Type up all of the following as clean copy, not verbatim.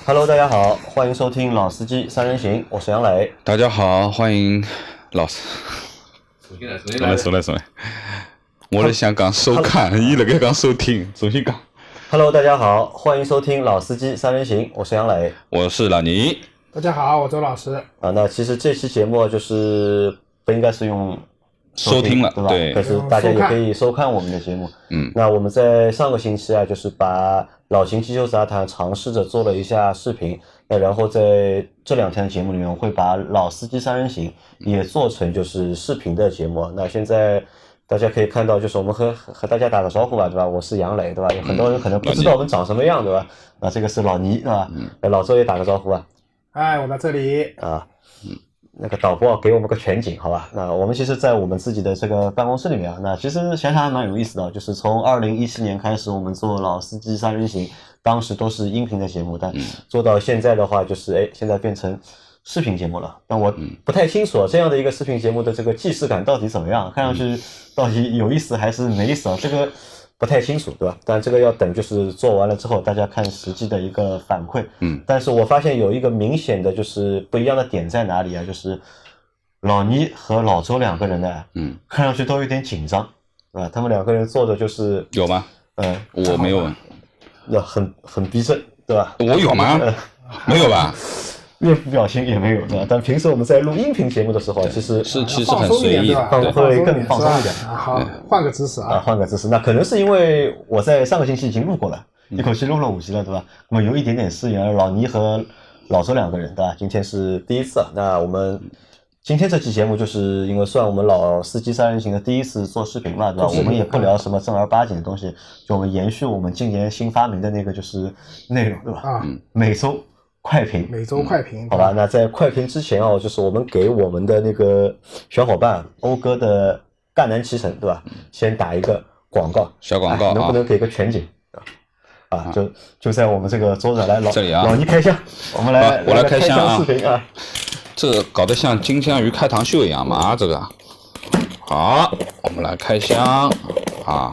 Hello， 大家好，欢迎收听老司机三人行，我是杨磊。 大家好，欢迎老师。重来。我在想讲收看，伊辣盖讲收听，重新讲。 Hello， 大家好，欢迎收听老司机三人行，我是杨磊。 我是老倪。 大家好，我周老师。 那其实这期节目就是不应该是用收听了， 对吧？ 对。 可是大家也可以收看我们的节目。那我们在上个星期啊，就是把老秦汽修杂谈尝试着做了一下视频，那然后在这2天的节目里面，我会把老司机三人行也做成就是视频的节目。那现在大家可以看到，就是我们和大家打个招呼吧，对吧？我是杨磊，对吧？有很多人可能不知道我们长什么样，对吧？那这个是老倪，对吧？老周也打个招呼啊。 哎，我在这里啊。那个导播给我们个全景，好吧？那我们其实，在我们自己的这个办公室里面啊，那其实想想还蛮有意思的，就是从2017年开始，我们做老司机三人行，当时都是音频的节目，但做到现在的话，就是现在变成视频节目了。那我不太清楚这样的一个视频节目的这个既视感到底怎么样，看上去到底有意思还是没意思啊？这个不太清楚，对吧？但这个要等就是做完了之后，大家看实际的一个反馈。但是我发现有一个明显的就是不一样的点在哪里啊？就是老倪和老周2个人呢，看上去都有点紧张，啊，他们2个人坐着就是有吗？我没有， 那很逼真，对吧？ 我有吗？没有吧？ 面部表情也没有，对吧？但平时我们在录音频节目的时候，其实很随意， 会更放松一点。 好，换个姿势啊！ 换个姿势。那可能是因为我在上个星期已经录过了，一口气录了5集了，对吧？那么有一点点适应。老倪和老周2个人，对吧？今天是第一次。那我们今天这期节目就是因为算我们老司机三人行的第一次做视频嘛，对吧？我们也不聊什么正儿八经的东西，就我们延续我们今年新发明的那个就是内容，对吧？每周快评， 好吧？那在快评之前啊，就是我们给我们的那个小伙伴讴歌的赣南脐橙，对吧？先打一个广告， 小广告， 能不能给个全景？就在我们这个桌子来， 这里啊， 老倪开箱，我们来开箱视频啊。 这个搞得像金枪鱼开膛秀一样嘛，这个好，我们来开箱啊，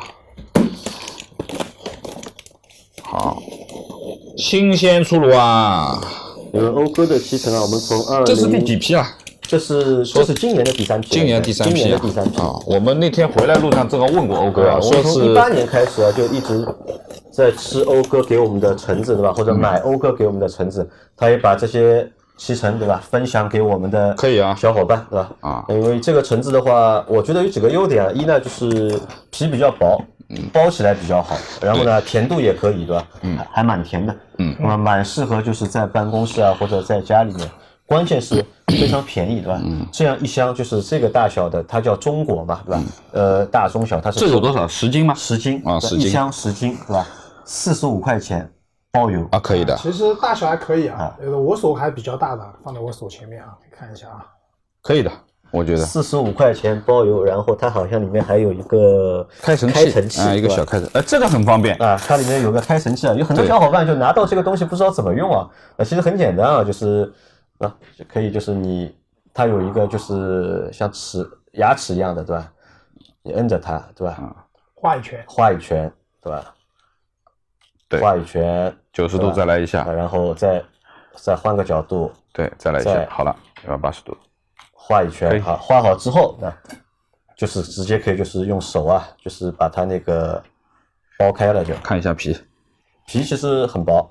好，新鲜出炉啊！ 讴歌的脐橙啊，我们从这是第几批了？ 这是今年的第3批。 今年第3批啊！我们那天回来路上正好问过讴歌啊，说是从18年开始啊，就一直在吃讴歌给我们的橙子，对吧？或者买讴歌给我们的橙子，他也把这些脐橙，对吧？分享给我们的小伙伴，对吧？因为这个橙子的话，我觉得有几个优点啊。一呢，就是皮比较薄，包起来比较好，然后呢，甜度也可以，对吧？还蛮甜的，那么蛮适合就是在办公室啊或者在家里面。关键是非常便宜，对吧？这样一箱就是这个大小的，它叫中果嘛，对吧？大中小它是。 这有多少？10斤吗 ？10斤啊，10斤， 一箱10斤，对吧？45块钱包邮啊，可以的。 其实大小还可以啊，我手还比较大的，放在我手前面啊，看一下啊。 可以的，我觉得。 45块钱包邮，然后它好像里面还有一个开橙器啊，一个小开橙，这个很方便啊，它里面有个开橙器啊，有很多小伙伴就拿到这个东西不知道怎么用啊，其实很简单啊，就是可以就是它有一个就是像牙齿一样的，对吧？你摁着它，对吧？ 画一圈， 对吧？ 对， 画一圈 ，90度再来一下， 然后再换个角度， 对，再来一下，好了，180度， 画一圈，好，画好之后，就是直接可以就是用手啊，就是把它那个剥开了，就看一下皮其实很薄，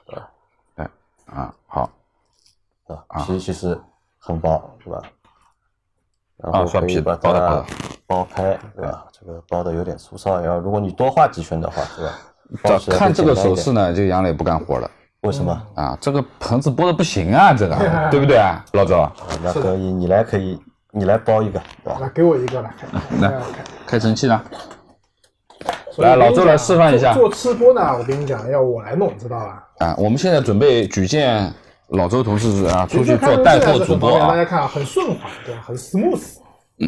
好。 皮其实很薄，是吧？然后可以把它剥开，对吧？这个剥的有点粗糙，如果你多画几圈的话，对吧？ 看这个手势呢，这个杨磊不干活了。 为什么啊？这个盆子剥的不行啊，这个对不对啊，老周？ 那可以，你来剥一个，对吧？ 来给我一个来， 开橙器呢？来，老周来示范一下。 做吃播呢，我跟你讲，要我来弄，知道吧？ 我们现在准备举荐老周同事啊，出去做带货主播啊。 大家看啊，很顺滑，对吧？很 smooth。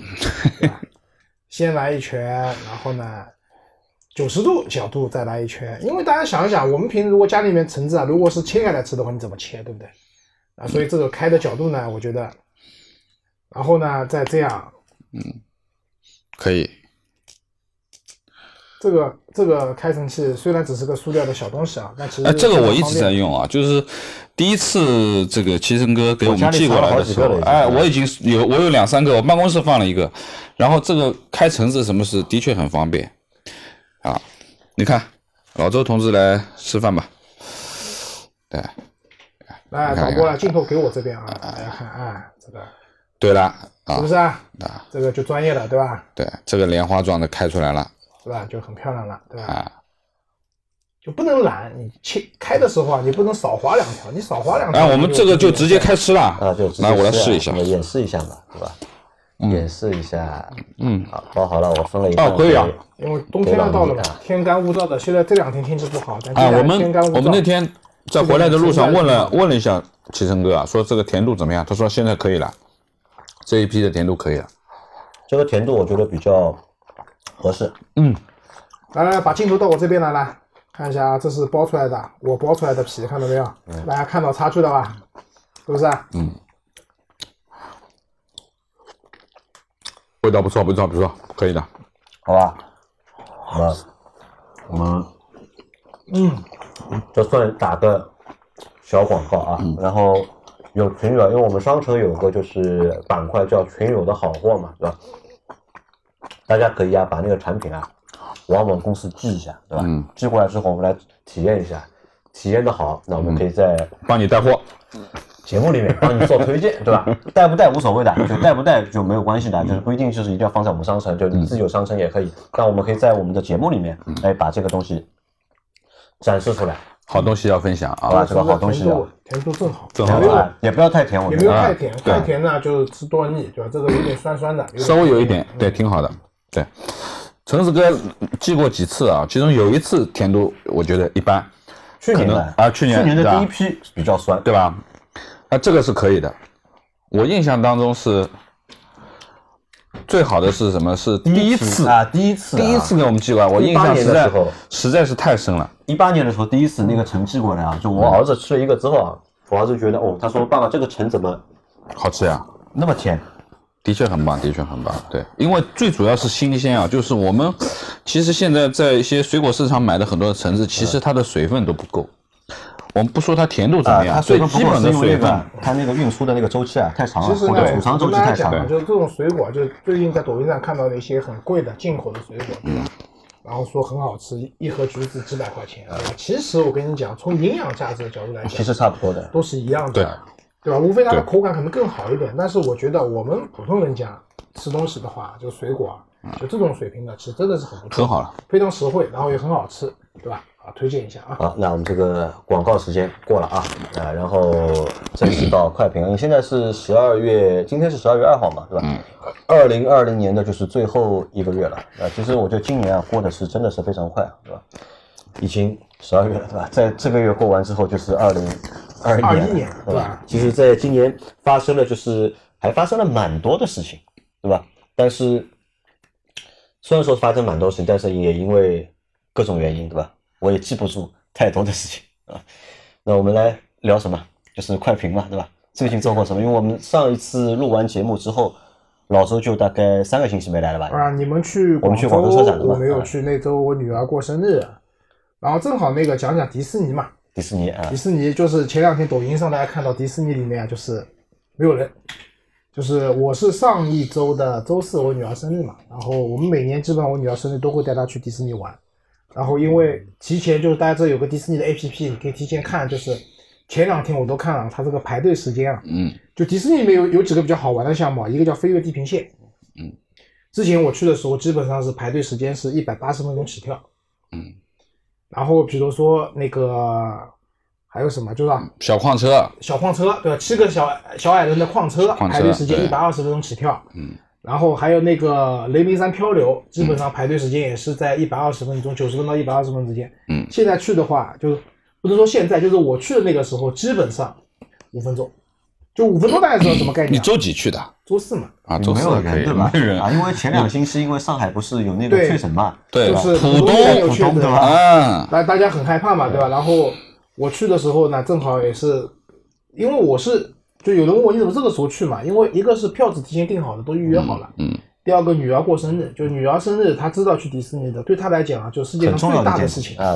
先来一圈，然后呢，90度角度再来一圈。因为大家想一想，我们平时如果家里面橙子啊，如果是切开来吃的话，你怎么切，对不对？所以这个开的角度呢，我觉得，然后呢，再这样， 可以。 这个开橙器虽然只是个塑料的小东西啊，但其实这个我一直在用啊，就是第一次这个齐成哥给我们寄过来的时候，哎，我有2-3个，我办公室放了一个，然后这个开橙子什么事的确很方便啊。你看，老周同志来吃饭吧，对， 来导播了，镜头给我这边啊，大家看啊，这个对了， 是不是啊？这个就专业了，对吧？ 对，这个莲花状的开出来了， 是吧？就很漂亮了，对吧？就不能懒，你开的时候啊，你不能少划2条，你少划2条。 我们这个就直接开吃了啊，就来我来试一下， 我演示一下嘛，对吧？演示一下，好，包好了，我分了一半。 可以啊， 因为冬天要到了嘛，天干物燥的，现在这2天天气不好， 我们那天在回来的路上问了一下齐成哥啊，说这个甜度怎么样？他说现在可以了，这一批的甜度可以了。 这个甜度我觉得比较合适。 来，把镜头到我这边来。看一下啊，这是剥出来的，我剥出来的皮，看到没有？大家看到差距了吧？是不是？ 味道不错，可以的， 好吧？那我们就算打个小广告啊，然后有群友，因为我们商城有个就是板块叫群友的好货嘛，对吧？大家可以把那个产品往我们公司寄一下，对吧？寄过来之后，我们来体验一下，体验的好，那我们可以在帮你带货， 节目里面帮你做推荐，对吧？带不带无所谓的，就带不带就没有关系的，就是不一定就是一定要放在我们商城，就你自己有商城也可以。但我们可以在我们的节目里面，把这个东西展示出来。 好东西要分享啊！这个好东西甜度正好， 也不要太甜，我觉得也没有太甜，太甜呢就吃多腻，对吧？这个有点酸酸的， 稍微有一点，对，挺好的，对。橙子哥寄过几次啊？其中有一次甜度我觉得一般， 去年的第一批比较酸， 对吧？这个是可以的。我印象当中是最好的是什么？是第一次给我们寄过来，我印象实在是太深了。 18年的时候第一次那个橙寄过来就我儿子吃了一个之后我儿子觉得他说爸爸这个橙怎么好吃呀？ 那么甜。 的确很棒，对，因为最主要是新鲜就是我们其实现在在一些水果市场买的很多的橙子，其实它的水分都不够。我们不说它甜度怎么样， 它最基本的水分， 它那个运输的那个周期太长了， 其实呢， 储藏周期太长了。 就这种水果，就最近在抖音上看到的一些很贵的进口的水果，对吧？然后说很好吃，一盒橘子几百块钱其实我跟你讲，从营养价值的角度来讲， 其实差不多的， 都是一样的。对吧？无非它的口感可能更好一点，但是我觉得我们普通人家吃东西的话，就水果就这种水平的，其实真的是很不错， 很好了， 非常实惠，然后也很好吃，对吧？推荐一下好，那我们这个广告时间过了然后正式到快评。现在是今天是12月2号嘛，对吧？2020年的就是最后一个月了其实我觉得今年过的是真的是非常快，对吧？已经12月了，对吧？在这个月过完之后就是2021年，对吧？其实在今年还发生了蛮多的事情，对吧？但是虽然说发生蛮多事情，但是也因为各种原因，对吧？我也记不住太多的事情那我们来聊什么？就是快评嘛，对吧？最近做过什么？因为我们上一次录完节目之后，老周就大概3个星期没来了吧？ 你们去我们去广州车展了嘛？ 我没有去，那周我女儿过生日，然后正好那个讲迪士尼嘛。迪士尼就是前2天抖音上大家看到迪士尼里面就是没有人，就是我是上一周的周4我女儿生日嘛，然后我们每年基本上我女儿生日都会带她去迪士尼玩，然后因为提前就是大家这有个迪士尼的 APP， 你可以提前看，就是前2天我都看了它这个排队时间就迪士尼里面有几个比较好玩的项目一个叫飞跃地平线之前我去的时候基本上是排队时间是180分钟起跳然后比如说那个还有什么就是小矿车对吧？7个小矮人的矿车排队时间120分钟起跳然后还有那个雷鸣山漂流基本上排队时间也是在120分钟90分到120分钟之间现在去的话就不能说现在，就是我去的那个时候基本上5分钟，就5分钟大家知道什么概念？ 你周几去的？ 周4嘛。 周4可以对吧？因为前2星期因为上海不是有那个确诊嘛， 对，就是浦东对吧？大家很害怕嘛，对吧？然后我去的时候呢，正好也是，因为就有人问我你怎么这个时候去嘛？因为一个是票子提前订好的，都预约好了。第二个女儿过生日，就女儿生日，她知道去迪士尼的，对她来讲就世界上最大的事情对。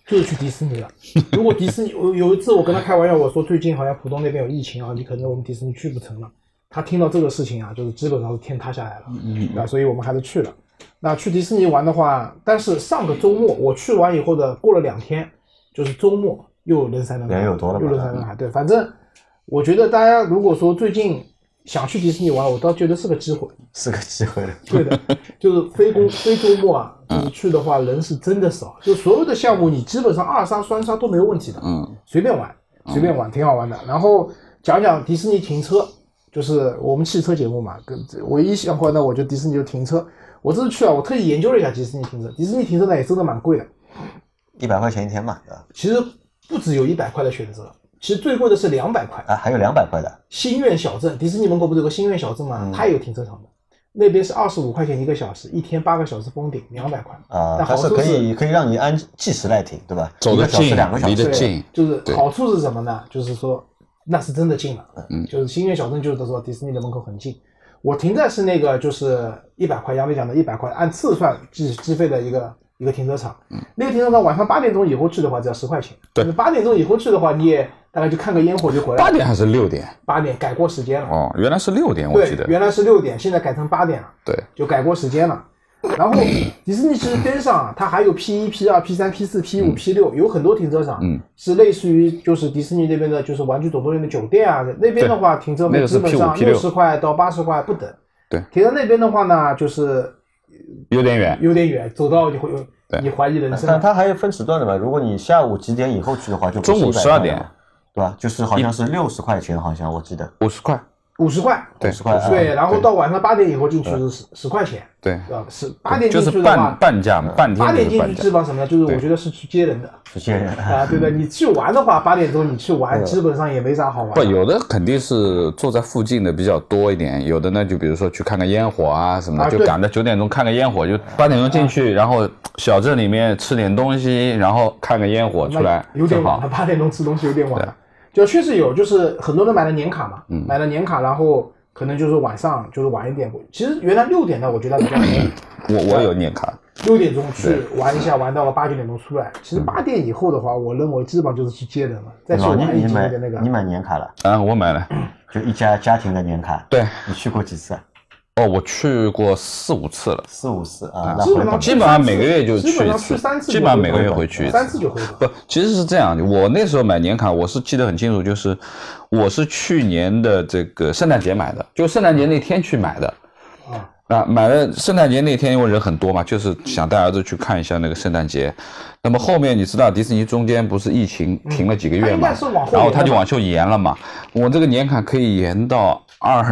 就是去迪士尼了。如果迪士尼有一次我跟他开玩笑，我说最近好像浦东那边有疫情啊，你可能我们迪士尼去不成了。他听到这个事情啊，就是基本上是天塌下来了，所以我们还是去了。那去迪士尼玩的话，但是上个周末我去完以后的过了2天，就是周末又人山人海，又人山人海。对，反正我觉得大家如果说最近想去迪士尼玩，我倒觉得是个机会，对的，就是非周末啊，就是去的话人是真的少，就所有的项目你基本上2刷3刷都没有问题的，随便玩，挺好玩的。然后讲讲迪士尼停车。就是我们汽车节目嘛，唯一相关的我就迪士尼就停车。我这次去啊，我特意研究了一下迪士尼停车。迪士尼停车呢也真的蛮贵的 ，100块钱一天嘛。 其实不只有100块的选择，其实最贵的是200块啊，还有200块的。 星愿小镇，迪士尼门口不是有个星愿小镇吗？它也有停车场的，那边是25块钱1个小时，一天8个小时封顶，200块啊。但是可以让你按计时来停，对吧？ 走得近 ，2个小时， 离得近。 就是好处是什么呢？就是说。那是真的近了，就是星愿小镇就是说迪士尼的门口很近。我停在是那个就是100块，杨伟讲的100块，按次算计费的一个停车场。那个停车场晚上8点钟以后去的话只要10块钱。 对 ，8点钟以后去的话，你也大概就看个烟火就回来了。 8点还是6点 ？8点改过时间了。 哦，原来是6点，我记得。 对，原来是6点，现在改成8点了。 对， 就改过时间了。然后迪士尼其实边上啊，它还有 P1、P2、P3、P4、P5、P6，有很多停车场，是类似于就是迪士尼那边的，就是玩具总动员的酒店啊。那边的话，停车费基本上60块到80块不等。 对， 停在那边的话呢，就是有点远， 走到你怀疑人生。 但它还有分时段的嘛？如果你下午几点以后去的话，就中午12点， 对吧？就是好像是60块钱，好像我记得 50块。 50块， 对 ，50块， 对，然后到晚上8点以后进去是10块钱， 对， 是8点进去的话， 半价，半天。8 点进去基本上什么呢？就是我觉得是去接人的，啊，对的。你去玩的话，8点钟你去玩，基本上也没啥好玩。 不，有的肯定是坐在附近的比较多一点，有的呢就比如说去看个烟火啊什么的，就赶着9点钟看个烟火，就8点钟进去，然后小镇里面吃点东西，然后看个烟火出来， 有点晚了，8点钟吃东西有点晚了。就确实有，就是很多人买了年卡嘛，买了年卡，然后可能就是晚上就是晚一点。其实原来6点呢，我觉得比较合理。 我有年卡 ，6点钟去玩一下，玩到了8、9点钟出来。其实8点以后的话，我认为基本上就是去接人了，再去玩一集的那个。 你买年卡了？ 啊，我买了， 就一家庭的年卡。 对， 你去过几次啊？ 哦，我去过4、5次了 ，4、5次啊， 基本上每个月就去一次，基本上每个月回去一次 ，3次就回本。 不，其实是这样，我那时候买年卡，我是记得很清楚，就是我是去年的这个圣诞节买的，就圣诞节那天去买的。啊，买了圣诞节那天，因为人很多嘛，就是想带儿子去看一下那个圣诞节。那么后面你知道迪士尼中间不是疫情停了几个月嘛，然后他就往后延了嘛。我这个年卡可以延到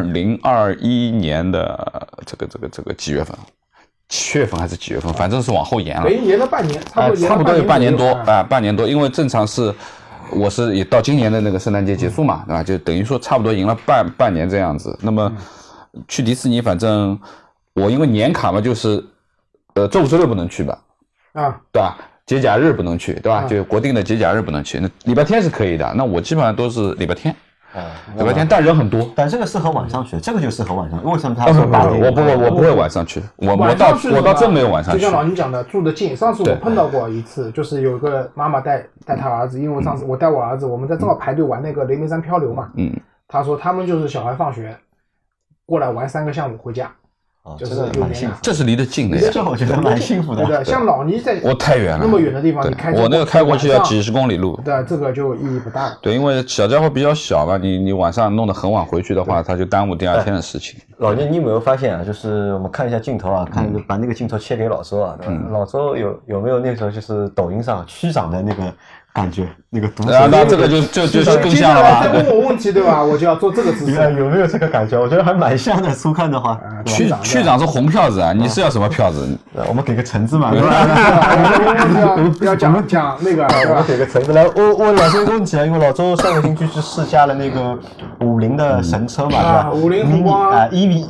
2021年的这个几月份？7月份还是几月份？反正是往后延了。 延了半年， 差不多有半年多啊，半年多。因为正常是我是也到今年的那个圣诞节结束嘛，对吧？就等于说差不多赢了半年这样子。那么去迪士尼，反正我因为年卡嘛，就是周五周六不能去吧，对吧？节假日不能去，对吧？就国定的节假日不能去，那礼拜天是可以的。那我基本上都是礼拜天。礼拜天但人很多， 但这个适合晚上去，这个就适合晚上。为什么他说8点？ 我不会晚上去，我倒真没有晚上去。 就像老倪讲的，住得近。上次我碰到过一次，就是有个妈妈带她儿子，因为上次我带我儿子，我们在正好排队玩那个雷鸣山漂流嘛。他说他们就是小孩放学过来玩3个项目回家。就是蛮幸福， 这是离得近的呀， 这我觉得蛮幸福的。 对的，像老倪在我太远了， 那么远的地方，你开车我那个开过去要几十公里路， 对，这个就意义不大了。 对，因为小家伙比较小嘛，你晚上弄得很晚回去的话，他就耽误第2天的事情。 老倪，你有没有发现啊？就是我们看一下镜头啊，把那个镜头切给老周啊，老周有没有那时候就是抖音上区长的那个感觉，那个毒舌？ 那这个就是更像了吧？ 再问我问题对吧？我就要做这个姿势。 有没有这个感觉？我觉得还蛮像的。初看的话， 区长是红票子啊，你是要什么票子？ 我们给个橙子嘛。 要讲那个， 我们给个橙子来。我老周一个问题啊，因为老周上个星期去试驾了那个50的神车嘛，对吧 ？50红光啊，EV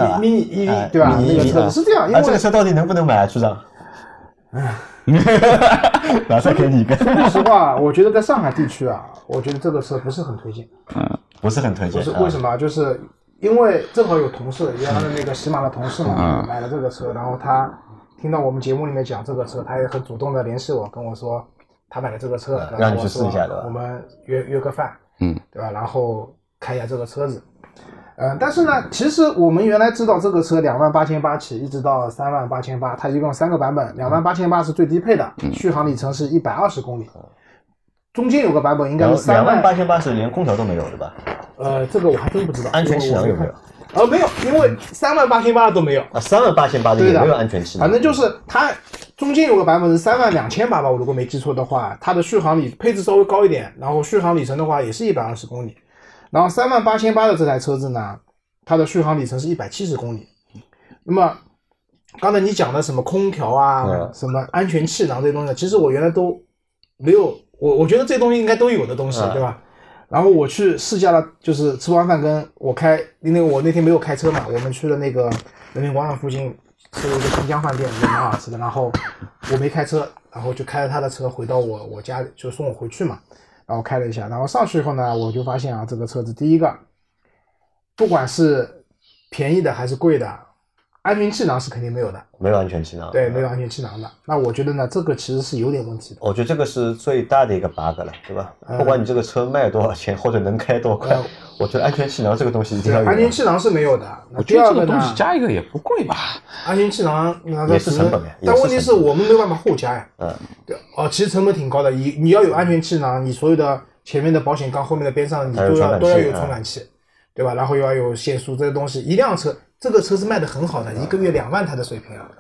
EV 对吧？那个车是这样，因为这个车到底能不能买啊，区长？马上给你一个。 说实话，我觉得在上海地区啊，我觉得这个车不是很推荐。 不是很推荐。 不是为什么？就是因为正好有同事，原来的那个喜马的同事嘛，买了这个车，然后他听到我们节目里面讲这个车，他也很主动的联系我，跟我说他买的这个车， 让你去试一下，对吧？ 我们约个饭，对吧？然后开一下这个车子。但是呢，其实我们原来知道这个车28800起，一直到38800，它一共3个版本，28800是最低配的，续航里程是120公里。中间有个版本应该是 28800是连空调都没有对吧？ 这个我还真不知道。 安全气囊有没有？ 没有，因为38800的都没有。 38800的也没有安全气囊。 反正就是它中间有个版本是32800吧，我如果没记错的话，它的续航里配置稍微高一点，然后续航里程的话也是120公里。然后38800的这台车子呢，它的续航里程是170公里。那么刚才你讲的什么空调啊，什么安全气囊这些东西，其实我原来都没有，我觉得这些东西应该都有的东西，对吧？然后我去试驾了，就是吃完饭跟我开，因为我那天没有开车嘛，我们去了那个人民广场附近吃了一个新疆饭店，也蛮好吃的。然后我没开车，然后就开着他的车回到我家，就送我回去嘛。然后开了一下，然后上去以后呢，我就发现啊，这个车子第一个，不管是便宜的还是贵的，安全气囊是肯定没有的， 没有安全气囊， 对，没有安全气囊的。那我觉得呢，这个其实是有点问题的。 我觉得这个是最大的一个 bug 了，对吧？不管你这个车卖多少钱或者能开多快，我觉得安全气囊这个东西一定要有。 安全气囊是没有的。 我觉得这个东西加一个也不贵吧？ 安全气囊也是成本呀， 但问题是我们没有办法后加呀。对，其实成本挺高的。你要有安全气囊，你所有的前面的保险杠、后面的边上你都要有传感器，对吧？然后又要有限速，这些东西一辆车。这个车是卖的很好的，一个月2万台的水平啊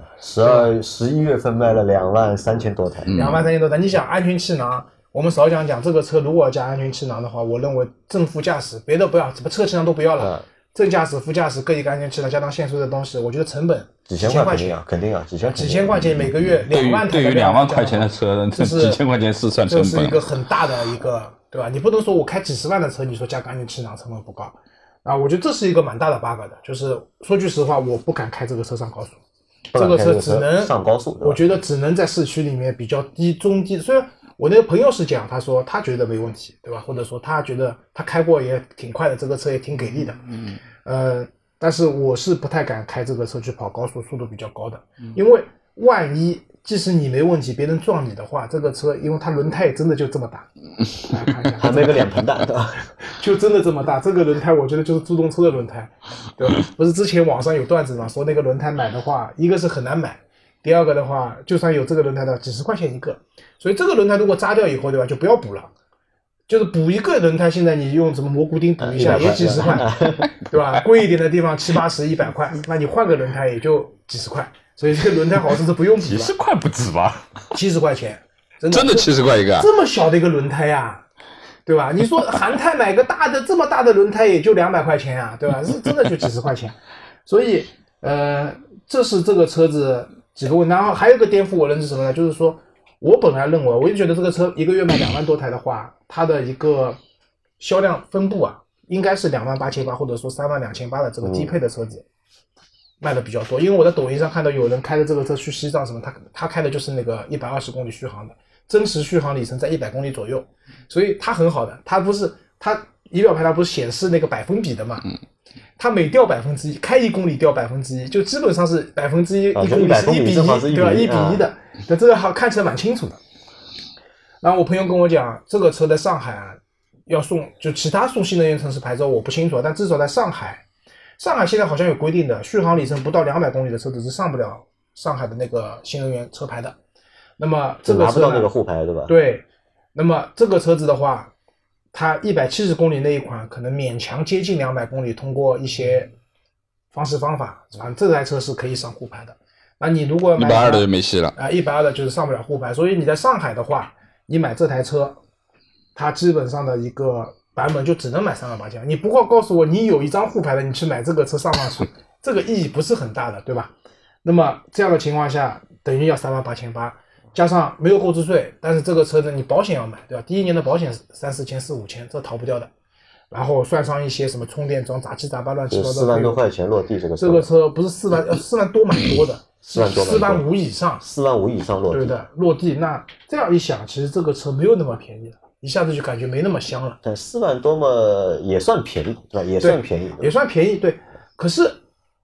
！11月份卖了23000多台 ，23000多台。你想安全气囊，我们少讲这个车如果要加安全气囊的话，我认为正副驾驶别的不要，什么侧气囊都不要了，正驾驶、副驾驶各一个安全气囊，加上限速的东西，我觉得成本几千块钱，肯定啊，几千块钱每个月2万台。 对于2万块钱的车，这几千块钱是算成本， 这是一个很大的一个，对吧？你不能说我开几十万的车，你说加个安全气囊成本不高。我觉得这是一个蛮大的 bug 的，就是说句实话，我不敢开这个车上高速，这个车只能上高速， 我觉得只能在市区里面比较中低。虽然我那个朋友是讲，他说他觉得没问题，对吧？或者说他觉得他开过也挺快的，这个车也挺给力的，但是我是不太敢开这个车去跑高速，速度比较高的，因为万一即使你没问题，别人撞你的话，这个车因为它轮胎也真的就这么大，看一下， 还没个脸盆大，对吧？ 就真的这么大，这个轮胎我觉得就是助动车的轮胎，对吧？不是之前网上有段子嘛，说那个轮胎买的话，一个是很难买，第二个的话，就算有这个轮胎的，几十块钱一个，所以这个轮胎如果扎掉以后，对吧，就不要补了，就是补一个轮胎，现在你用什么蘑菇钉补一下也几十块，对吧？贵一点的地方70、80、100块，那你换个轮胎也就几十块。所以这个轮胎好处是不用补了， 几十块不止吧 ？70块钱，真的 70块一个， 这么小的一个轮胎呀，对吧？你说韩泰买个大的这么大的轮胎也就200块钱呀，对吧？是真的就几十块钱。所以这是这个车子几个问题。然后还有一个颠覆我认知什么呢？就是说我本来认为，我就觉得这个车一个月卖2万多台的话，它的一个销量分布啊，应该是28800或者说32800的这个低配的车子。卖的比较多，因为我在抖音上看到有人开的这个车去西藏什么，他开的就是那个120公里续航的，真实续航里程在100公里左右，所以它很好的。它不是它仪表盘它不是显示那个百分比的嘛？它每掉1%，开1公里掉1%，就基本上是1%，1公里是1比1，对吧？1比1的，那这个好看起来蛮清楚的。然后我朋友跟我讲，这个车在上海啊要送，就其他送新能源城市牌照我不清楚，但至少在上海现在好像有规定的，续航里程不到200公里的车子是上不了上海的那个新能源车牌的。那么这个车拿不到那个沪牌，对吧？ 对。那么这个车子的话，它170公里那一款可能勉强接近200公里，通过一些方式方法，这台车是可以上沪牌的。那你如果买 120的就没戏了 ，120的就是上不了沪牌。所以你在上海的话，你买这台车，它基本上的一个版本就只能买38000，你不会告诉我你有一张沪牌的，你去买这个车上去，这个意义不是很大的，对吧？那么这样的情况下，等于要38800，加上没有购置税，但是这个车子你保险要买，对吧？第一年的保险3、4千、4、5千，这逃不掉的。然后算上一些什么充电桩、杂七杂八、乱七八糟，4 万多块钱落地这个车。 这个车不是4万，4万多蛮多的 ，4万多 ，4万5以上 ，4万5以上落地， 对的，落地。那这样一想，其实这个车没有那么便宜了。一下子就感觉没那么香了， 但4万多嘛也算便宜，对吧？也算便宜， 也算便宜，对。可是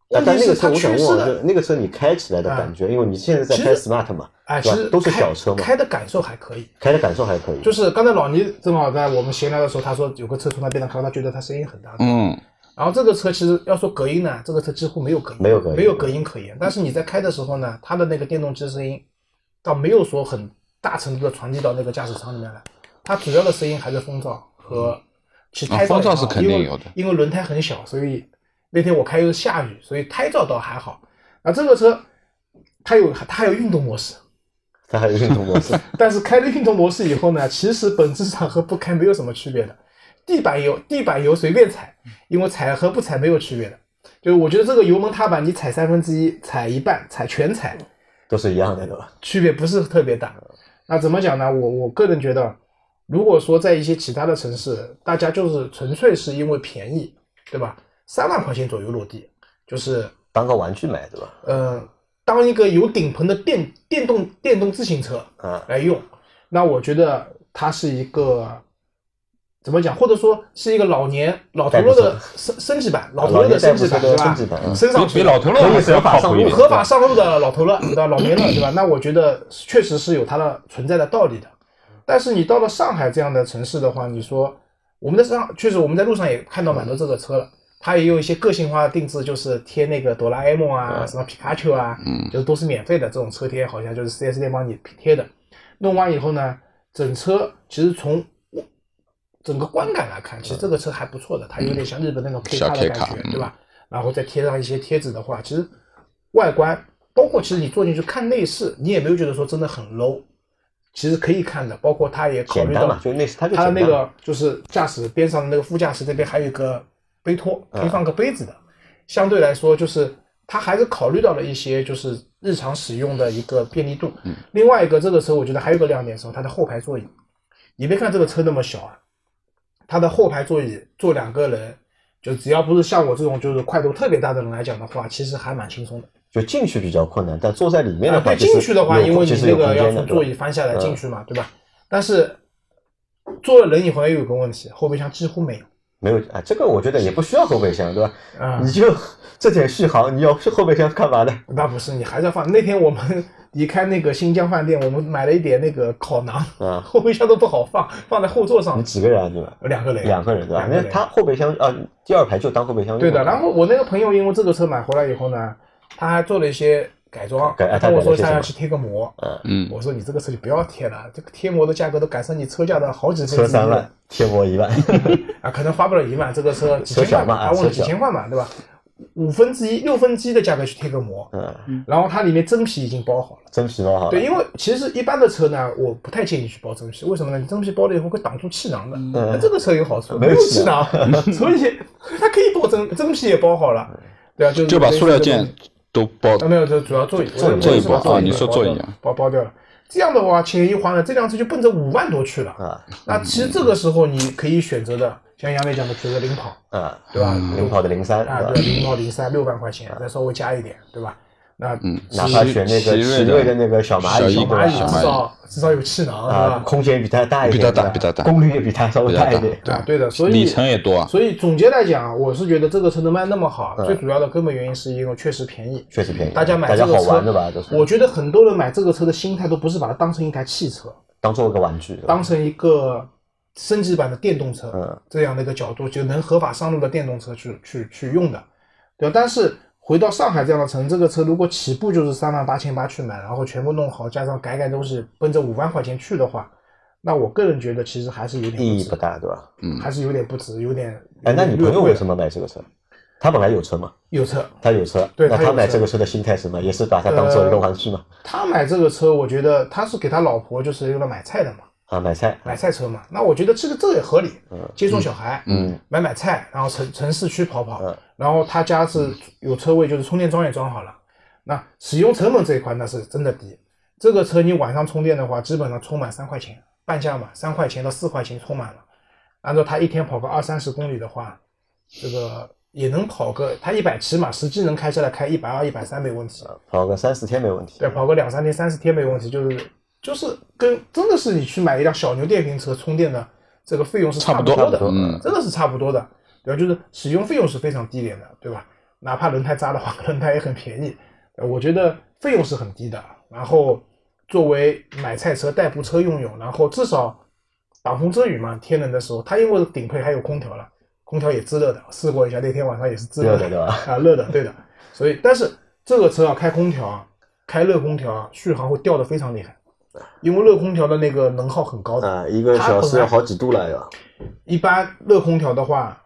但那个车我想问， 就那个车你开起来的感觉，因为你现在在开 Smart 嘛， 其实都是小车嘛， 开的感受还可以， 就是刚才老倪正好在我们闲聊的时候，他说有个车从那边上开，他觉得他声音很大。然后这个车其实要说隔音呢，这个车几乎没有隔音可言。但是你在开的时候呢，它的那个电动机声音倒没有说很大程度的传递到那个驾驶舱里面来，它主要的声音还是风噪和其胎噪。 风噪是肯定有的， 因为轮胎很小，所以那天我开又是下雨，所以胎噪倒还好。这个车它还有运动模式。但是开了运动模式以后呢，其实本质上和不开没有什么区别的。地板油随便踩，因为踩和不踩没有区别的。就是我觉得这个油门踏板你踩1/3、踩一半、全踩都是一样的，对吧？ 区别不是特别大。那怎么讲呢？我个人觉得，如果说在一些其他的城市，大家就是纯粹是因为便宜，对吧？3万块钱左右落地，就是当个玩具买，对吧？ 当一个有顶棚的电动自行车来用，那我觉得它是一个怎么讲，或者说是一个老头乐的升级版，老头乐的升级版，对吧？升上去比老头乐还是要靠谱一点， 合法上路的老头乐，对吧？老年乐，对吧？那我觉得确实是有它的存在的道理的。但是你到了上海这样的城市的话，你说确实我们在路上也看到蛮多这个车了。它也有一些个性化的定制，就是贴那个哆啦 A 梦啊，什么皮卡丘啊，就是都是免费的这种车贴，好像就是 4S 店帮你贴的。弄完以后呢，整车其实从整个观感来看，其实这个车还不错的，它有点像日本那种 K 卡的感觉，对吧？然后再贴上一些贴纸的话，其实外观包括其实你坐进去看内饰，你也没有觉得说真的很 low， 其实可以看的。包括它也考虑到它的那个就是驾驶边上的那个副驾驶这边还有一个杯托，可以放个杯子的，相对来说就是它还是考虑到了一些就是日常使用的一个便利度。另外一个这个车我觉得还有个亮点是它的后排座椅，你别看这个车那么小啊，它的后排座椅坐2个人，就只要不是像我这种就是块头特别大的人来讲的话，其实还蛮轻松的。 就进去比较困难，但坐在里面的话， 对，进去的话，因为你那个要从座椅翻下来进去嘛，对吧？但是坐了人以后也有个问题，后备箱几乎没有。 没有啊，这个我觉得也不需要后备箱，对吧？你就这点续航，你要后备箱干嘛的？ 那不是，你还是要放。那天我们离开那个新疆饭店，我们买了一点那个烤馕，后备箱都不好放，放在后座上。 你几个人对吧 ？2个人 ，2个人对吧？那他后备箱第2排就当后备箱用。 对的。然后我那个朋友因为这个车买回来以后呢，他还做了一些改装，他跟我说他要去贴个膜。我说你这个车就不要贴了，这个贴膜的价格都赶上你车价的好几分之一。 车3万，贴膜1万可能花不了1万，这个车几千块嘛，他问了几千块嘛，对吧？1/5、1/6的价格去贴个膜，然后它里面真皮已经包好了。 真皮包好了。 对，因为其实一般的车呢，我不太建议去包真皮，为什么呢？你真皮包了以后会挡住气囊的。那这个车有好处，没有气囊，所以它可以包真皮也包好了，对啊， 就把塑料件都包。 没有，就主要座椅包啊，你说座椅啊， 包掉了。这样的话，钱一花呢，这辆车就奔着5万多去了。那其实这个时候你可以选择的，像杨磊讲的，选择领跑，对吧？ 领跑的03 对，领跑06万块钱，再稍微加一点，对吧？那哪怕选那个奇瑞的那个小蚂蚁， 至少有气囊，对吧？ 空间比它大一点， 比它大， 功率也比它稍微大一点， 对的，所以里程也多。 所以总结来讲，我是觉得这个车能卖那么好，最主要的根本原因是因为确实便宜，大家买这个车，我觉得很多人买这个车的心态都不是把它当成一台汽车， 当做个玩具， 当成一个升级版的电动车，这样的一个角度，就能合法上路的电动车去用的，对吧？但是回到上海这样的城，这个车如果起步就是38800去买，然后全部弄好，加上改东西，奔着5万块钱去的话，那我个人觉得其实还是有点意义不大，对吧？ 还是有点不值，有点。 那你朋友为什么买这个车？他本来有车嘛？ 有车， 他有车。 对， 那他买这个车的心态是什么？也是把它当做一个玩具嘛？ 他买这个车，我觉得他是给他老婆就是用来买菜的嘛。 买菜车嘛，那我觉得这个也合理，接送小孩，买菜，然后城市区跑，然后他家是有车位，就是充电桩也装好了，那使用成本这一块那是真的低。这个车你晚上充电的话，基本上充满3块钱，半价嘛，3块钱到4块钱充满了。按照他一天跑个20-30公里的话，这个也能跑个他170嘛，实际能开下来开120、130没问题， 跑个3-4天没问题。 对，跑个2-3天、30天没问题，就是跟真的是你去买一辆小牛电瓶车充电的这个费用是差不多的，真的是差不多的，对吧？就是使用费用是非常低廉的，对吧？ 哪怕轮胎扎的话，轮胎也很便宜。我觉得费用是很低的，然后作为买菜车、代步车用，然后至少挡风遮雨嘛，天冷的时候，它因为顶配还有空调了，空调也制热的，试过一下，那天晚上也是制热的， 对吧？ 热的，对的。所以，但是这个车开空调开热空调续航会掉的非常厉害，因为热空调的那个能耗很高的 1个小时要好几度了呀。 一般热空调的话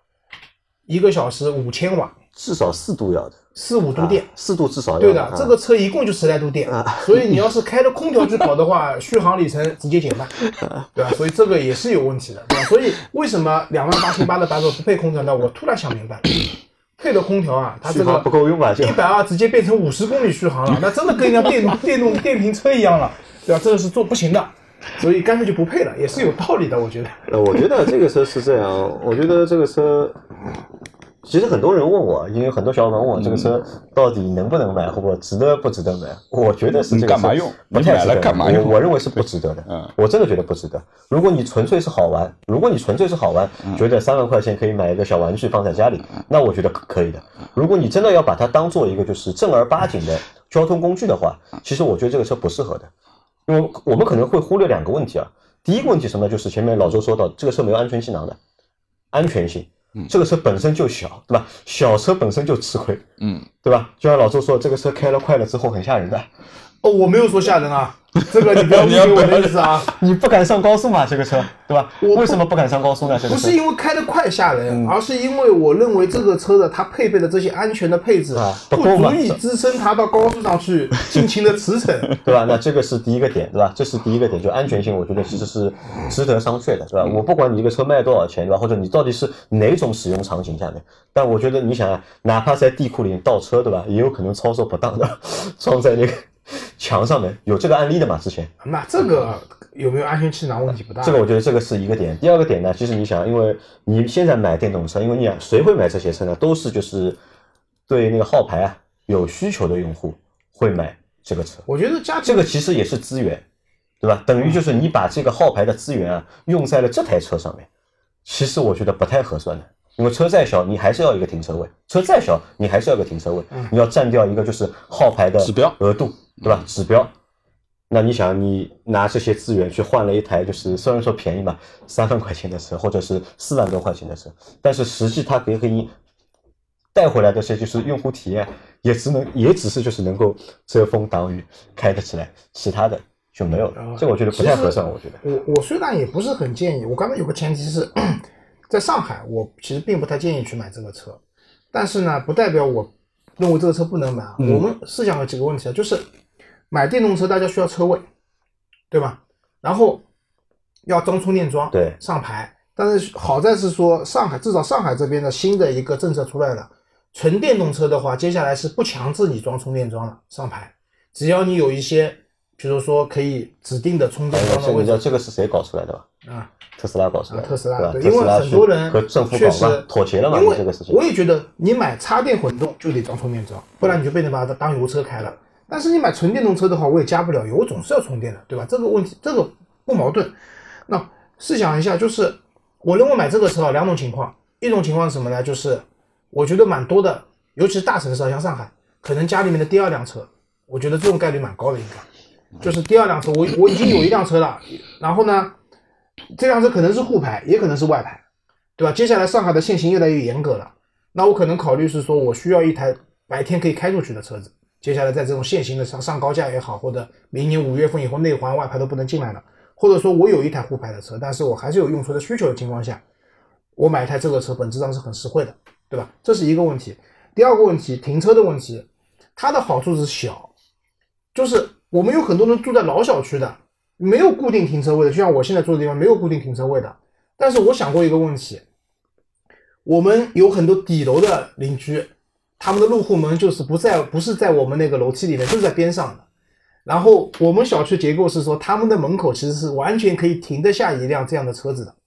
，1个小时5000瓦， 至少4度要的 ，4-5度电 ，4度至少要的。 对的，这个车一共就10来度电，所以你要是开着空调去跑的话，续航里程直接减半，对吧？所以这个也是有问题的，对吧？所以为什么28800的版本不配空调呢？我突然想明白，配的空调啊，它这个不够用吧 ？120直接变成50公里续航了，那真的跟一辆电瓶车一样了，对吧？这个是不行的。所以干脆就不配了，也是有道理的，我觉得。 我觉得这个车是这样，我觉得这个车，其实很多人问我，因为很多小伙伴问我这个车到底能不能买，或者值得不值得买？我觉得是这个车干嘛用？ 不太值得， 干嘛用？ 我认为是不值得的。我真的觉得不值得。如果你纯粹是好玩，觉得3万块钱可以买一个小玩具放在家里，那我觉得可以的。如果你真的要把它当做一个就是正儿八经的交通工具的话，其实我觉得这个车不适合的。因为我们可能会忽略2个问题啊。第一个问题什么呢？就是前面老周说到，这个车没有安全气囊的，安全性，这个车本身就小，对吧？小车本身就吃亏，对吧？就像老周说，这个车开了快了之后很吓人的。 哦，我没有说吓人啊，这个你不要误解我的意思啊。 你不敢上高速嘛，这个车，对吧？为什么不敢上高速呢？ 不是因为开得快吓人，而是因为我认为这个车的它配备的这些安全的配置不足以支撑它到高速上去尽情的驰骋， 对吧？那这个是第一个点，对吧？这是第一个点，就安全性，我觉得其实是值得商榷的，对吧？我不管你这个车卖多少钱，对吧？或者你到底是哪种使用场景下面，但我觉得你想啊，哪怕在地库里倒车，对吧？也有可能操作不当的，撞在那个墙上面，有这个案例的嘛？之前那这个有没有安全气囊问题不大？ 这个我觉得这个是一个点。第二个点呢，其实你想，因为你现在买电动车，因为你想谁会买这些车呢？都是就是对那个号牌有需求的用户会买这个车。 我觉得这个其实也是资源，对吧？等于就是你把这个号牌的资源用在了这台车上面，其实我觉得不太合算的。因为车再小，你还是要一个停车位；车再小，你还是要一个停车位。你要占掉一个就是号牌的指标额度，对吧？指标。那你想，你拿这些资源去换了一台，就是虽然说便宜嘛，3万块钱的车，或者是4万多块钱的车，但是实际它给你带回来的这些就是用户体验，也只是就是能够遮风挡雨，开得起来，其他的就没有了。这个我觉得不太合算，我觉得。 我虽然也不是很建议，我刚才有个前提是。在上海，我其实并不太建议去买这个车，但是呢，不代表我认为这个车不能买。我们试想了几个问题啊，就是买电动车大家需要车位，对吧？然后要装充电桩， 对， 上牌。但是好在是说至少上海这边的新的一个政策出来了，纯电动车的话，接下来是不强制你装充电桩了，上牌，只要你有一些，比如说可以指定的充电桩的位置。 你知道这个是谁搞出来的吧？特斯拉搞出来的， 特斯拉， 对， 因为很多人和政府搞嘛，妥协了嘛， 因为这个事情。 我也觉得你买插电混动就得装充电桩，不然你就被人把它当油车开了。但是你买纯电动车的话，我也加不了油，我总是要充电的，对吧？这个问题这个不矛盾。那试想一下，就是我认为买这个车2种情况，一种情况是什么呢？就是我觉得蛮多的，尤其是大城市像上海，可能家里面的第2辆车，我觉得这种概率蛮高的，应该就是第2辆车，我已经有1辆车了，然后呢？这辆车可能是沪牌，也可能是外牌，对吧？接下来上海的限行越来越严格了，那我可能考虑是说我需要一台白天可以开出去的车子。接下来在这种限行的上高架也好，或者明年5月份以后内环外牌都不能进来了，或者说我有一台沪牌的车，但是我还是有用车的需求的情况下，我买一台这个车本质上是很实惠的，对吧？这是一个问题。第二个问题，停车的问题，它的好处是小，就是我们有很多人住在老小区的。没有固定停车位的，就像我现在住的地方没有固定停车位的。但是我想过一个问题，我们有很多底楼的邻居，他们的入户门就是不是在我们那个楼梯里面，就是在边上的。然后我们小区结构是说，他们的门口其实是完全可以停得下一辆这样的车子的，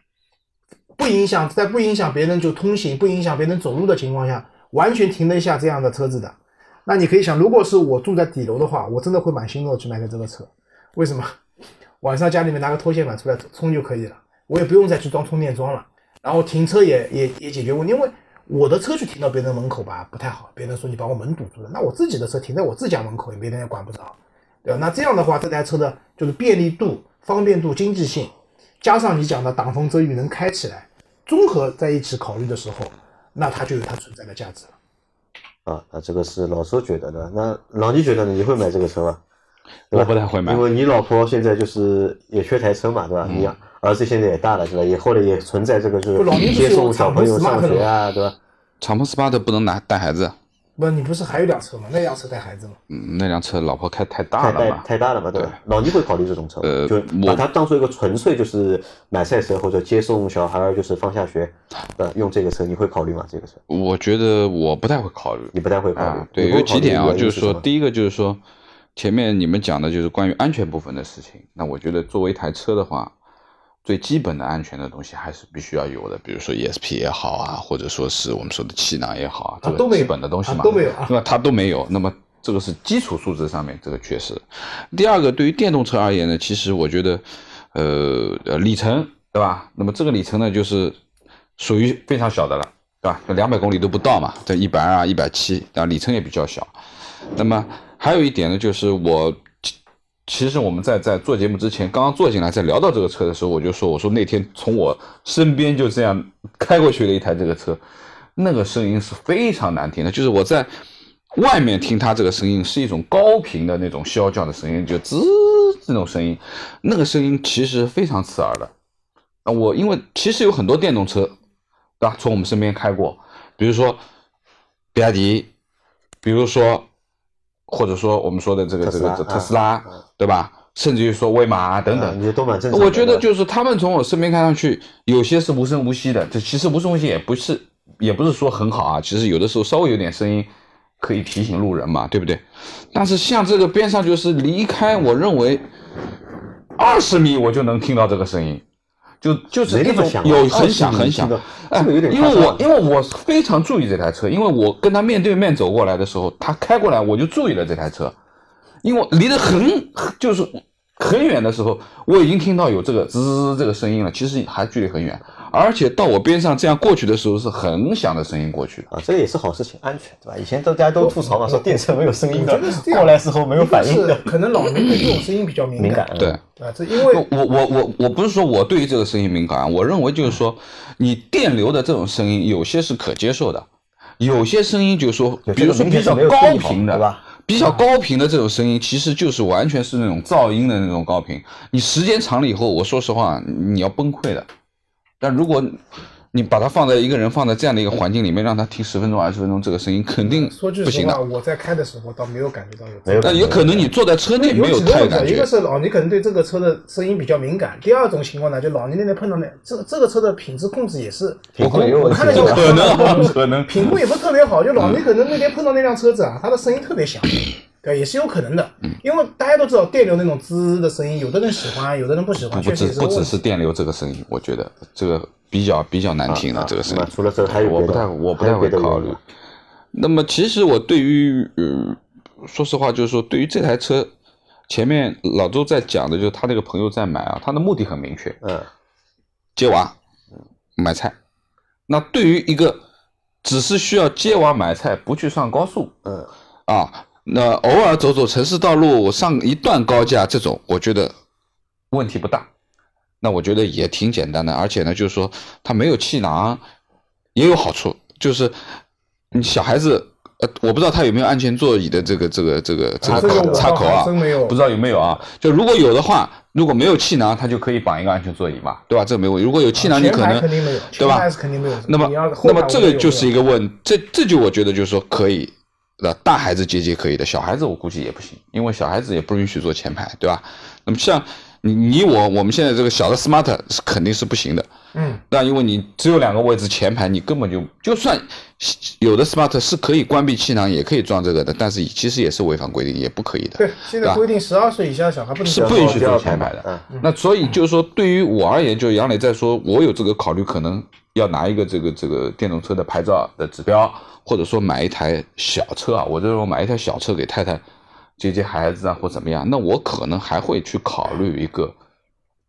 在不影响别人就通行，不影响别人走路的情况下，完全停得下这样的车子的。那你可以想，如果是我住在底楼的话，我真的会满心的去买个这个车。为什么？晚上家里面拿个拖线板出来充就可以了，我也不用再去装充电桩了，然后停车也解决问题。因为我的车去停到别人门口吧不太好，别人说你把我门堵住了，那我自己的车停在我自家门口，别人也管不着，对吧？那这样的话，这台车的就是便利度、方便度、经济性，加上你讲的挡风遮雨能开起来，综合在一起考虑的时候，那它就有它存在的价值了。 那这个是老周觉得的。那老倪觉得呢？你会买这个车吗？ 我不太会买， 因为你老婆现在就是也缺台车嘛，对吧？你儿子现在也大了，对吧？也后来也存在这个就是接送小朋友上学啊，对吧？ 敞篷 smart 不能带孩子。 不，你不是还有辆车吗？那辆车带孩子吗？ 那辆车老婆开太大了嘛， 太大了嘛，对吧？老倪会考虑这种车吗？就把它当做一个纯粹就是买菜车或者接送小孩就是放下学，用这个车，你会考虑吗？这个车？ 我觉得我不太会考虑。 你不太会考虑？ 对，有几点啊，就是说，第一个就是说，前面你们讲的就是关于安全部分的事情。那我觉得作为一台车的话，最基本的安全的东西还是必须要有的，比如说 ESP 也好啊，或者说是我们说的气囊也好啊，这个基本的东西嘛， 都没有， 那么它都没有，那么这个是基础素质上面这个缺失。第二个，对于电动车而言呢，其实我觉得，里程对吧？那么这个里程呢，就是属于非常小的了，对吧？200公里都不到嘛，这120啊、170，啊，里程也比较小。那么还有一点呢，就是其实我们在做节目之前，刚刚坐进来，在聊到这个车的时候，我说那天从我身边就这样开过去的一台这个车，那个声音是非常难听的，就是我在外面听它这个声音是一种高频的那种啸叫的声音，就滋这种声音，那个声音其实非常刺耳的。因为其实有很多电动车，对吧？从我们身边开过，比如说比亚迪，比如说或者说我们说的这个特斯拉，对吧？甚至于说威马等等， 也都蛮正常的。 我觉得就是他们从我身边看上去，有些是无声无息的，这其实无声无息也不是说很好啊，其实有的时候稍微有点声音可以提醒路人嘛，对不对？但是像这个边上就是离开，我认为20米我就能听到这个声音。就是那种有很响，因为我非常注意这台车，因为我跟他面对面走过来的时候，他开过来我就注意了这台车，因为离得就是很远的时候，我已经听到有这个滋这个声音了，其实还距离很远，而且到我边上这样过去的时候是很响的声音过去啊，这个也是好事情，安全，对吧？以前大家都吐槽嘛，说电车没有声音的，过来时候没有反应的， 可能老年对这种声音比较敏感， 对啊，这因为我不是说我对于这个声音敏感，我认为就是说你电流的这种声音有些是可接受的，有些声音就是说，比如说比较高频的，对吧？比较高频的这种声音，其实就是完全是那种噪音的那种高频。你时间长了以后，我说实话，你要崩溃的。但如果你把它一个人放在这样的一个环境里面，让他听10分钟、20分钟，这个声音肯定不行的。 说句实话，我在开的时候倒没有感觉到有。 那也可能你坐在车内没有太有感觉。 一个是老倪可能对这个车的声音比较敏感，第二种情况呢，就老倪那天碰到这个车的品质控制也是，我看了就可能品控也不是特别好，就老倪可能那天碰到那辆车子啊，它的声音特别响。对，也是有可能的，因为大家都知道电流那种滋的声音，有的人喜欢，有的人不喜欢， 不只是电流这个声音，我觉得这个比较难听的这个声音。 除了这还有我不太会考虑。那么其实我对于说实话就是说，对于这台车，前面老周在讲的就是他那个朋友在买啊，他的目的很明确，接娃买菜。那对于一个只是需要接娃买菜，不去上高速，那偶尔走走城市道路，上一段高架，这种我觉得问题不大。那我觉得也挺简单的，而且呢，就是说它没有气囊，也有好处，就是你小孩子，我不知道他有没有安全座椅的这个插口啊，不知道有没有啊？就如果有的话，如果没有气囊，它就可以绑一个安全座椅嘛，对吧？这没问题。如果有气囊，你可能对吧？那么这个就是一个这就我觉得就是说可以。大孩子接可以的，小孩子我估计也不行，因为小孩子也不允许坐前排，对吧？那么像我们现在这个小的 smart 是肯定是不行的，那因为你只有2个位置前排，你根本就算有的 smart 是可以关闭气囊，也可以装这个的，但是其实也是违反规定，也不可以的。 对，现在规定12岁以下小孩不允许坐前排的。那所以就是说，对于我而言，就杨磊在说，我有这个考虑，可能要拿一个这个电动车的牌照的指标。或者说买一台小车啊，我这种买一台小车给太太接孩子啊，或怎么样，那我可能还会去考虑一个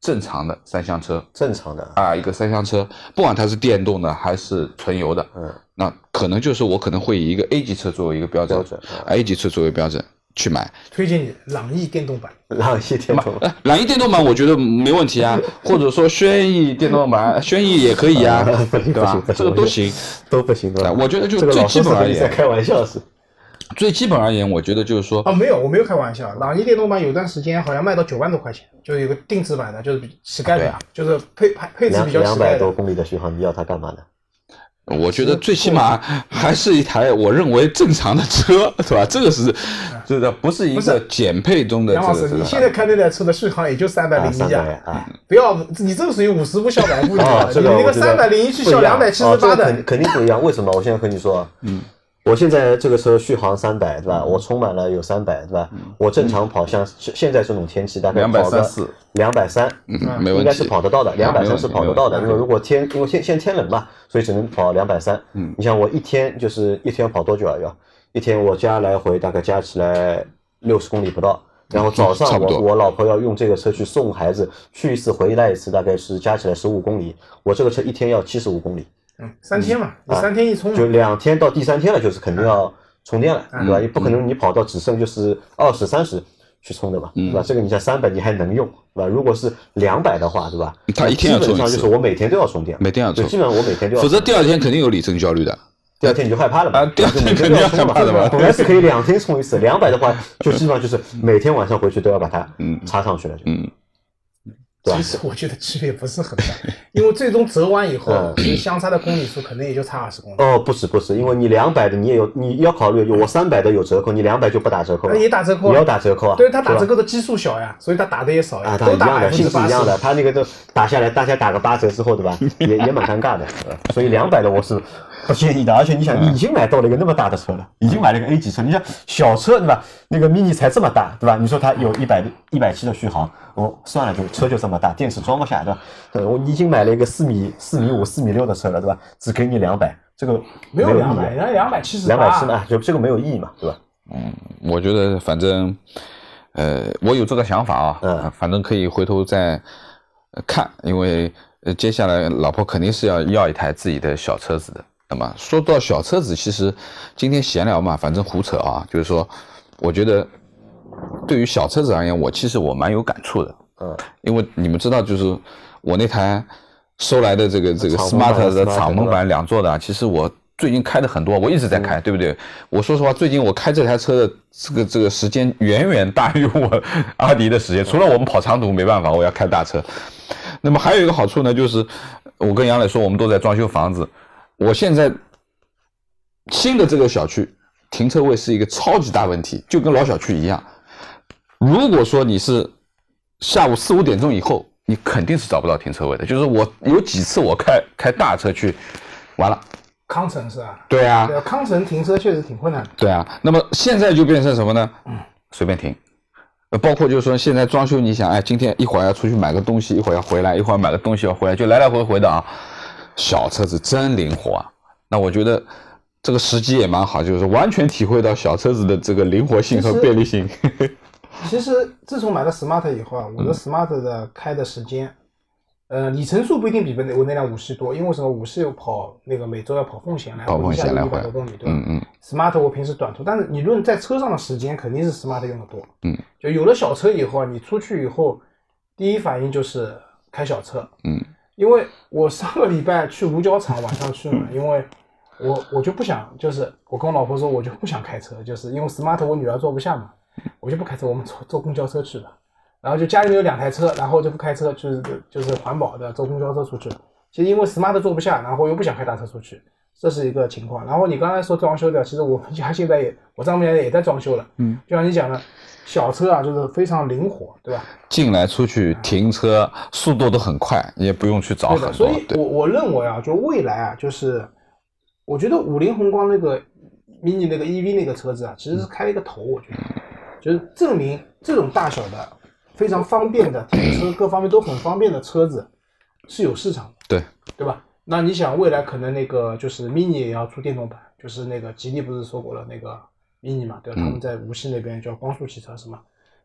正常的三厢车， 正常的啊，一个三厢车，不管它是电动的还是纯油的，那可能就是我可能会以一个 A 级车作为一个标准，A 级车作为标准去买。 推荐你朗逸电动版， 朗逸电动版， 朗逸电动版我觉得没问题啊，或者说轩逸电动版，轩逸也可以啊，对吧？这个都行， 都不行的。 我觉得就最基本而言， 在开玩笑是。 最基本而言，我觉得就是说没有，我没有开玩笑。朗逸电动版有段时间好像卖到9万多块钱，就是有个定制版的，就是乞丐版，就是配置比较乞丐的。 200多公里的续航，你要它干嘛呢？ 我觉得最起码还是一台我认为正常的车，是吧？这个是，这个不是一个减配中的。 杨老师，你现在开那台车的续航也就301 啊， 不要，你这个属于50步笑百步，你那个301去笑278的， 肯定不一样。为什么？我现在和你说，我现在这个车续航300，对吧？我充满了有300，对吧？我正常跑，像现在这种天气，大概跑个230，应该是跑得到的，230是跑得到的。因为如果因为现在天冷嘛，所以只能跑230。你像我一天跑多久啊？一天我加来回大概加起来60公里不到。然后早上我老婆要用这个车去送孩子，去一次回来一次，大概是加起来15公里。我这个车一天要75公里。 3天嘛，你3天一充， 就2天到第3天了，就是肯定要充电了，对吧？也不可能你跑到只剩就是20、30去充的嘛，对吧？这个你像300你还能用，对吧？如果是200的话，对吧？ 它一天要充一次， 基本上就是我每天都要充电， 每天要充， 基本上我每天都要， 否则第2天肯定有里程焦虑的。 第2天你就害怕了嘛？ 第2天肯定要害怕的嘛。 本来是可以2天充一次，200的话就基本上就是每天晚上回去都要把它插上去了， 其实我觉得区别不是很大，因为最终折完以后，你相差的公里数可能也就差20公里。 不是，因为你200的你要考虑，我300的有折扣，你200就不打折扣了。 也打折扣， 你要打折扣啊。 对，他打折扣的基数小呀，所以他打的也少呀。 他一样的， 性质一样的，他那个都打下来，大家打个8折之后，对吧？也蛮尴尬的。所以200的我是不建议的，而且你想，你已经买到了一个那么大的车了，已经买了个 A 级车，你想小车对吧？那个 mini 才这么大，对吧？你说它有170的续航，算了，车就这么大，电池装不下，对吧？我已经买了一个4.5米、4.6米的车了，对吧？只给你200，这个没有200，人家278 嘛，就这个没有意义嘛，对吧？ 我觉得反正，我有这个想法啊，反正可以回头再看，因为接下来老婆肯定是要一台自己的小车子的。那么说到小车子，其实今天闲聊嘛，反正胡扯啊，就是说，我觉得对于小车子而言，其实我蛮有感触的，因为你们知道，就是我那台收来的这个 smart 的敞篷版2座的，其实我最近开的很多，我一直在开，对不对？我说实话，最近我开这台车的这个时间远远大于我阿迪的时间，除了我们跑长途没办法，我要开大车。那么还有一个好处呢，就是我跟杨磊说，我们都在装修房子。我现在新的这个小区停车位是一个超级大问题，就跟老小区一样。如果说你是下午4、5点钟以后，你肯定是找不到停车位的。就是我有几次我开大车去，完了。 康城是吧？ 对啊， 康城停车确实挺困难的。 对啊，那么现在就变成什么呢？随便停。包括就是说现在装修，你想，今天一会儿要出去买个东西，一会儿要回来，一会儿买个东西要回来，就来来回回的啊。小车子真灵活啊！那我觉得这个时机也蛮好，就是完全体会到小车子的这个灵活性和便利性。 其实自从买了 smart 以后啊，我的 smart 的开的时间，里程数不一定比我那辆5系多，因为什么？5系有跑那个每周要跑奉贤来回100多公里，对吧？smart 我平时短途，但是你论在车上的时间肯定是 smart 用的多。就有了小车以后啊，你出去以后，第一反应就是开小车。因为我上个礼拜去五角场晚上去嘛，因为我就不想，就是我跟我老婆说，我就不想开车，就是因为 smart 我女儿坐不下嘛，我就不开车，我们坐公交车去了。然后就家里面有2台车，然后就不开车，就是环保的，坐公交车出去了。其实因为 smart 坐不下，然后又不想开大车出去，这是一个情况。然后你刚才说装修的，其实我们家现在我丈母娘也在装修了，就像你讲的。小车啊，就是非常灵活，对吧？进来出去停车速度都很快，你也不用去找很多。所以我认为啊，就未来啊，就是我觉得50宏光那个 mini 那个 EV 那个车子啊，其实是开了一个头，我觉得就是证明这种大小的非常方便的停车各方面都很方便的车子是有市场的，对吧？那你想未来可能那个就是 mini 也要出电动版，就是那个吉利不是说过了那个mini 嘛，对吧？他们在无锡那边叫光速汽车是吗？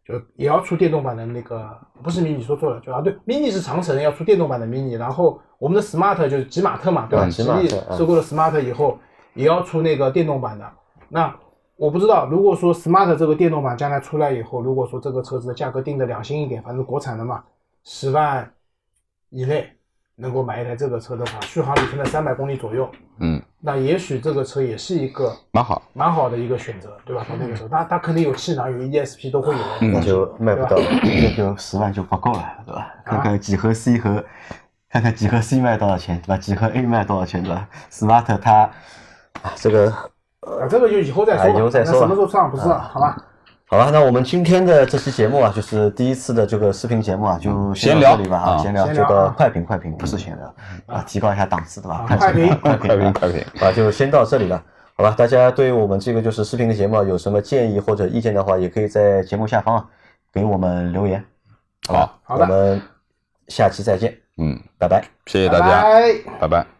就也要出电动版的那个，不是 mini 说错了，对 mini 是长城要出电动版的 mini， 然后我们的 smart 就是吉马特嘛，对吧？吉利收购了 smart 以后也要出那个电动版的。那我不知道，如果说 smart 这个电动版将来出来以后，如果说这个车子的价格定的良心一点，反正国产的嘛，10万以内能够买一台这个车的话，续航里程在300公里左右，那也许这个车也是一个蛮好的一个选择，对吧？到那个时候，它肯定有气囊、有 ESP 都会有， 那就卖不到，那就10万就不够了，对吧？看看几何 C 和看看几何 C 卖多少钱，对吧？几何 A 卖多少钱，对吧 ？smart 它这个这个就以后再说吧， 以后再说吧， 什么时候上不知道，好吧？ 好吧，那我们今天的这期节目啊，就是第一次的这个视频节目啊，就先到这里吧啊，闲聊这个快评，不是闲聊啊，提高一下档次，对吧？ 快评啊，就先到这里了，好吧？大家对我们这个就是视频的节目有什么建议或者意见的话，也可以在节目下方给我们留言，好吧？ 好的， 我们下期再见， 拜拜，谢谢大家，拜拜。